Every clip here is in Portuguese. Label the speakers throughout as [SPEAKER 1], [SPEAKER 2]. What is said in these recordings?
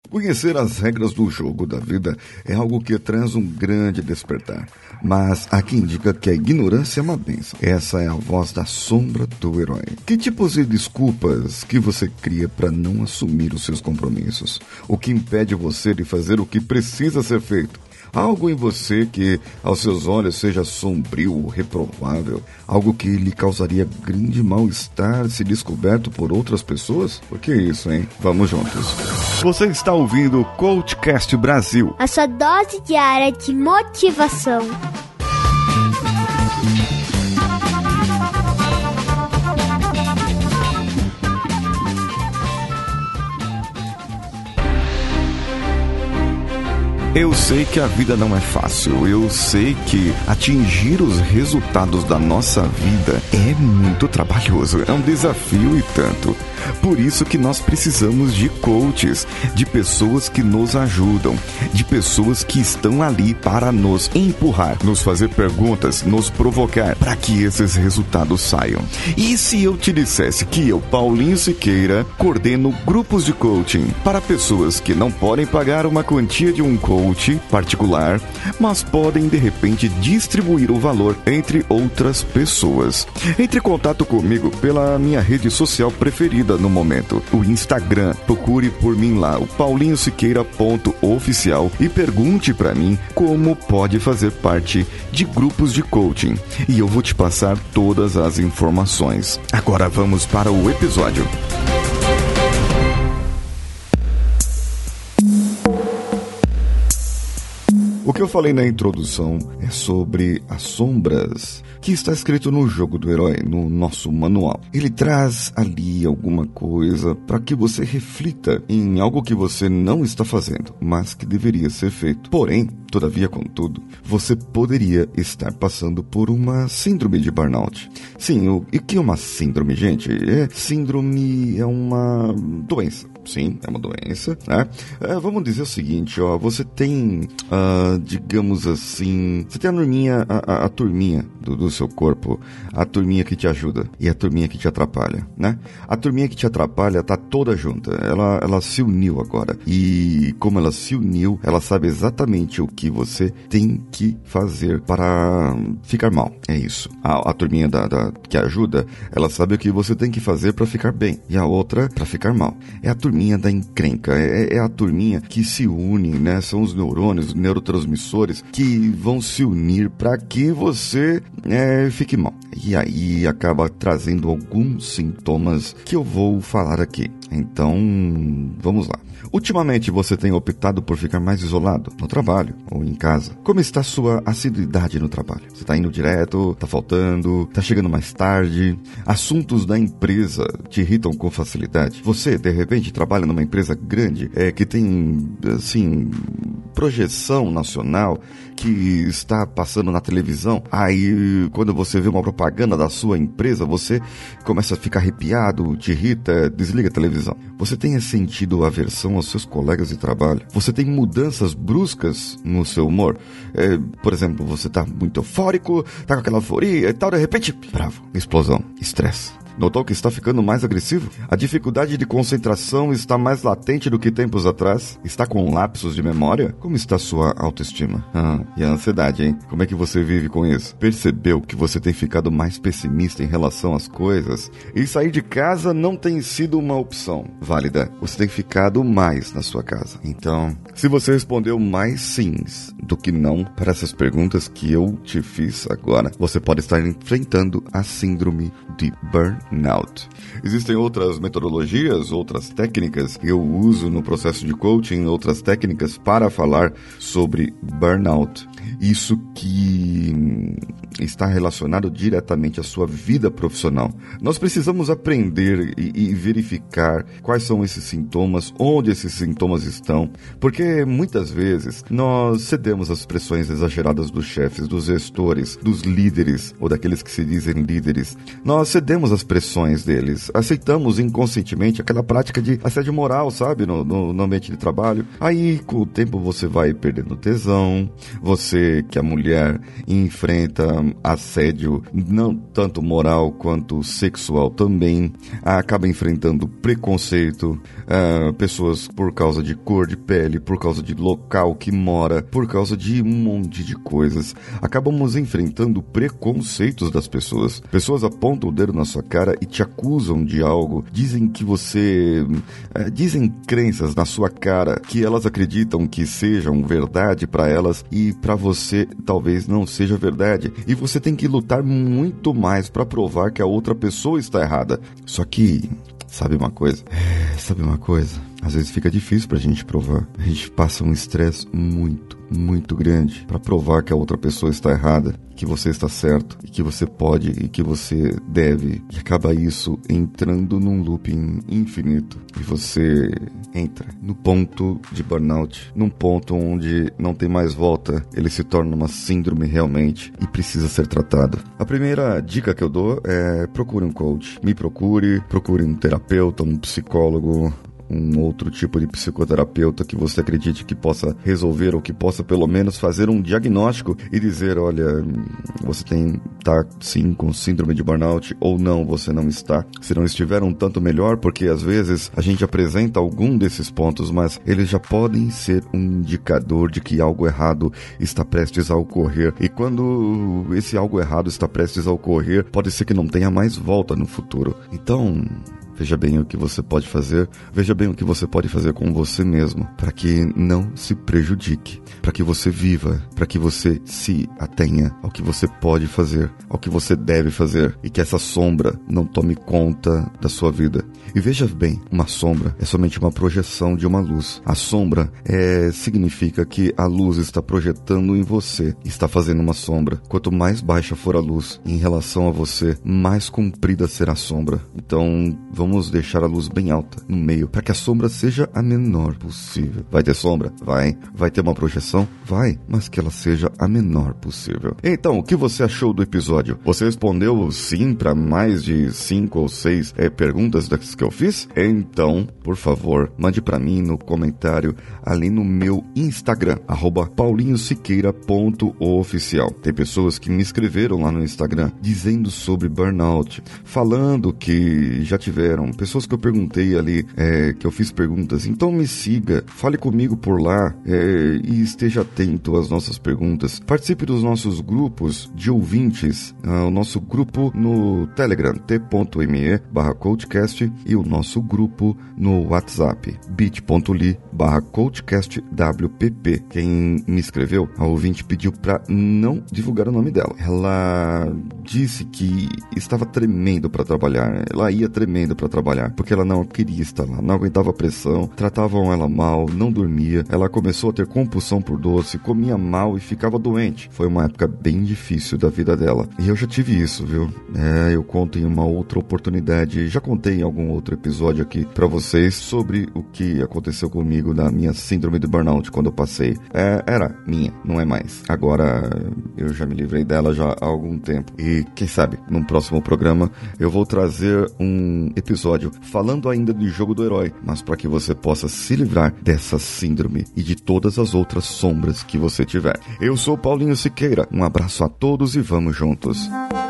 [SPEAKER 1] Conhecer as regras do jogo da vida é algo que traz um grande despertar. Mas há quem diga que a ignorância é uma bênção. Essa é a voz da sombra do herói. Que tipos de desculpas que você cria para não assumir os seus compromissos? O que impede você de fazer o que precisa ser feito? Algo em você que, aos seus olhos, seja sombrio, reprovável. Algo que lhe causaria grande mal-estar se descoberto por outras pessoas? Por que isso, hein? Vamos juntos. Você está ouvindo o Coachcast Brasil.
[SPEAKER 2] A sua dose diária de motivação.
[SPEAKER 1] Eu sei que a vida não é fácil, eu sei que atingir os resultados da nossa vida é muito trabalhoso, é um desafio e tanto. Por isso que nós precisamos de coaches, de pessoas que nos ajudam, de pessoas que estão ali para nos empurrar, nos fazer perguntas, nos provocar para que esses resultados saiam. E se eu te dissesse que eu, Paulinho Siqueira, coordeno grupos de coaching para pessoas que não podem pagar uma quantia de um coach particular, mas podem de repente distribuir o valor entre outras pessoas. Entre em contato comigo pela minha rede social preferida no momento, o Instagram. Procure por mim lá, o paulinhosiqueira.oficial, e pergunte para mim como pode fazer parte de grupos de coaching. E eu vou te passar todas as informações. Agora vamos para o episódio. O que eu falei na introdução é sobre as sombras que está escrito no jogo do herói, no nosso manual. Ele traz ali alguma coisa para que você reflita em algo que você não está fazendo, mas que deveria ser feito. Porém, todavia, contudo, você poderia estar passando por uma síndrome de burnout. Sim, o que é uma síndrome, gente? Síndrome é uma doença. Sim, é uma doença, né? Vamos dizer o seguinte, ó, você tem, digamos assim, você tem a turminha do seu corpo, a turminha que te ajuda e a turminha que te atrapalha, né? A turminha que te atrapalha tá toda junta, ela se uniu agora, e como ela se uniu, ela sabe exatamente o que você tem que fazer para ficar mal, é isso. A turminha que ajuda, ela sabe o que você tem que fazer para ficar bem, e a outra para ficar mal. É a turminha da encrenca, é a turminha que se une, né? São os neurônios, os neurotransmissores que vão se unir para que você fique mal. E aí acaba trazendo alguns sintomas que eu vou falar aqui. Então, vamos lá. Ultimamente você tem optado por ficar mais isolado no trabalho ou em casa. Como está a sua assiduidade no trabalho? Você está indo direto? Está faltando? Está chegando mais tarde? Assuntos da empresa te irritam com facilidade? Você, de repente, trabalha numa empresa grande que tem, assim, projeção nacional, que está passando na televisão. Aí, quando você vê uma propaganda da sua empresa, você começa a ficar arrepiado, te irrita, desliga a televisão. Você tem sentido aversão aos seus colegas de trabalho? Você tem mudanças bruscas no seu humor? Por exemplo, você está muito eufórico, está com aquela euforia e tal, de repente, bravo, explosão, estresse. Notou que está ficando mais agressivo? A dificuldade de concentração está mais latente do que tempos atrás? Está com lapsos de memória? Como está sua autoestima? E a ansiedade, hein? Como é que você vive com isso? Percebeu que você tem ficado mais pessimista em relação às coisas? E sair de casa não tem sido uma opção válida. Você tem ficado mais na sua casa. Então, se você respondeu mais sims do que não para essas perguntas que eu te fiz agora, você pode estar enfrentando a síndrome de burnout. Existem outras metodologias, outras técnicas que eu uso no processo de coaching, outras técnicas para falar sobre burnout. Isso que está relacionado diretamente à sua vida profissional. Nós precisamos aprender e verificar quais são esses sintomas, onde esses sintomas estão, porque muitas vezes nós cedemos às pressões exageradas dos chefes, dos gestores, dos líderes, ou daqueles que se dizem líderes. Nós cedemos às pressões deles. Aceitamos inconscientemente aquela prática de assédio moral, sabe? No ambiente de trabalho. Aí, com o tempo, você vai perdendo tesão. Você, que a mulher enfrenta assédio, não tanto moral quanto sexual também, acaba enfrentando preconceito, pessoas por causa de cor de pele, por causa de local que mora, por causa de um monte de coisas. Acabamos enfrentando preconceitos das pessoas. Pessoas apontam o dedo na sua cara e te acusam de algo, dizem que você... dizem crenças na sua cara que elas acreditam que sejam verdade para elas e para você talvez não seja verdade. E você tem que lutar muito mais para provar que a outra pessoa está errada. Só que... Sabe uma coisa? Às vezes fica difícil pra gente provar. A gente passa um estresse muito grande pra provar que a outra pessoa está errada, que você está certo, e que você pode, e que você deve. E acaba isso entrando num looping infinito. E você entra no ponto de burnout, num ponto onde não tem mais volta. Ele se torna uma síndrome realmente e precisa ser tratado. A primeira dica que eu dou é: procure um coach. Me procure um terapeuta, um psicólogo, um outro tipo de psicoterapeuta que você acredite que possa resolver ou que possa pelo menos fazer um diagnóstico e dizer: olha, você tá sim com síndrome de burnout, ou não, você não está. Se não estiver, um tanto melhor, porque às vezes a gente apresenta algum desses pontos, mas eles já podem ser um indicador de que algo errado está prestes a ocorrer. E quando esse algo errado está prestes a ocorrer, pode ser que não tenha mais volta no futuro. Então... veja bem o que você pode fazer, veja bem o que você pode fazer com você mesmo, para que não se prejudique, para que você viva, para que você se atenha ao que você pode fazer, ao que você deve fazer, e que essa sombra não tome conta da sua vida. E veja bem, uma sombra é somente uma projeção de uma luz. A sombra significa que a luz está projetando em você, está fazendo uma sombra. Quanto mais baixa for a luz em relação a você, mais comprida será a sombra. Então, vamos deixar a luz bem alta, no meio, para que a sombra seja a menor possível. Vai ter sombra? Vai. Vai ter uma projeção? Vai, mas que ela seja a menor possível. Então, o que você achou do episódio? Você respondeu sim para mais de 5 ou 6 perguntas das que eu fiz? Então, por favor, mande para mim no comentário ali no meu Instagram, @paulinhosiqueira.oficial. Tem pessoas que me escreveram lá no Instagram dizendo sobre burnout, falando que já tiveram, pessoas que eu perguntei ali, que eu fiz perguntas. Então me siga, fale comigo por lá e esteja atento às nossas perguntas. Participe dos nossos grupos de ouvintes, o nosso grupo no Telegram, t.me/coachcast, e o nosso grupo no WhatsApp, bit.ly/coachcastwpp. Quem me escreveu, a ouvinte pediu para não divulgar o nome dela. Ela disse que estava tremendo para trabalhar, ela ia tremendo para trabalhar, porque ela não queria estar lá, não aguentava a pressão, tratavam ela mal, não dormia, ela começou a ter compulsão por doce, comia mal e ficava doente. Foi uma época bem difícil da vida dela, e eu já tive isso, viu? Eu conto em uma outra oportunidade, já contei em algum outro episódio aqui pra vocês sobre o que aconteceu comigo na minha síndrome de burnout quando eu passei. Era minha, não é mais. Agora eu já me livrei dela já há algum tempo, e quem sabe num próximo programa eu vou trazer um episódio falando ainda do jogo do herói, mas para que você possa se livrar dessa síndrome e de todas as outras sombras que você tiver. Eu sou Paulinho Siqueira, um abraço a todos e vamos juntos.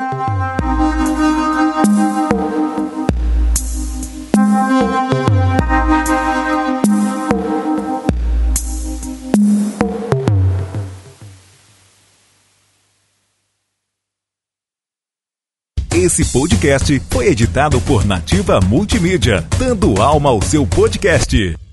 [SPEAKER 3] Esse podcast foi editado por Nativa Multimídia, dando alma ao seu podcast.